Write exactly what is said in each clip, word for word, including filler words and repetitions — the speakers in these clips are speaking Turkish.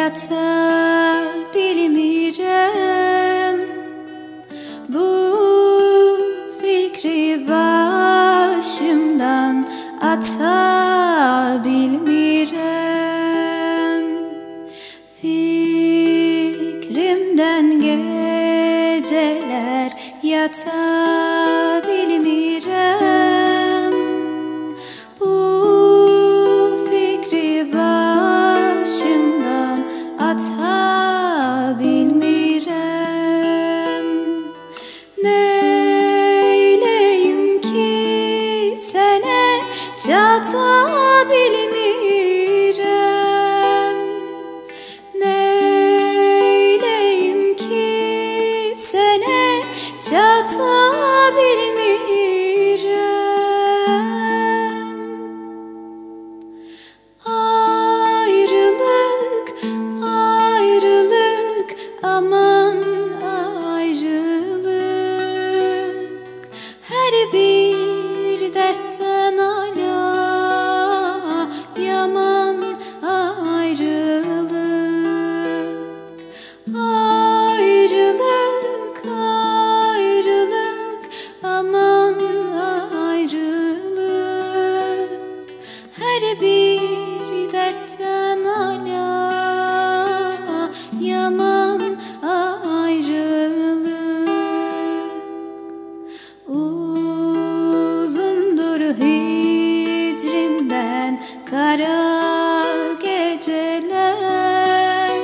yatabilmirəm. Bu fikri başımdan atabilmirəm. Fikrimdən geceler yatabilmirəm. Bu fikri başımdan atabilmirəm. Neyleyim ki sənə çatabilmirəm. Neyleyim ki sənə çatabilmirəm. Ayrılık, ayrılık, aman ayrılık. Her bir dertten ala yaman ayrılık. Ayrılık, ayrılık, aman ayrılık. Her bir dertten ala yaman ayrılık. Uzundur hicrimden kara geceler.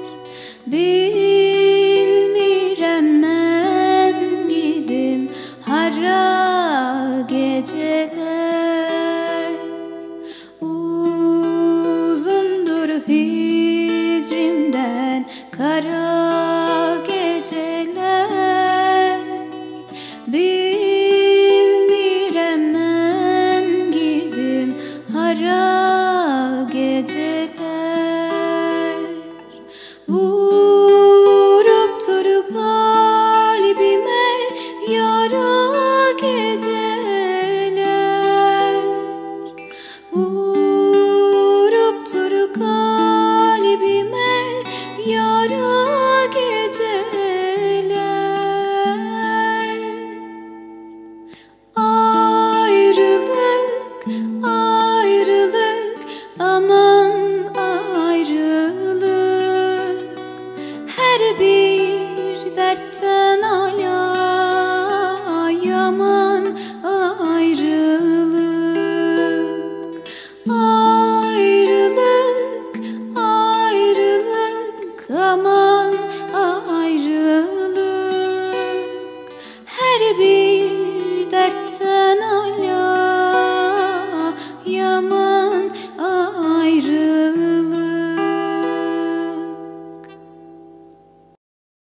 Bilmirəm mən gidim hara geceler. Uzundur hicrimden kara geceler. Bilmirəm mən gidim hara geceler. Vuruptur kalbime yara geceler. Vuruptur kalbime yara geceler. Ayrılık, ayrılık, aman ayrılık. Her bir dertten ala yaman ayrılık. Ayrılık, ayrılık, aman ayrılık. Her bir dertten ala yaman ayrılık.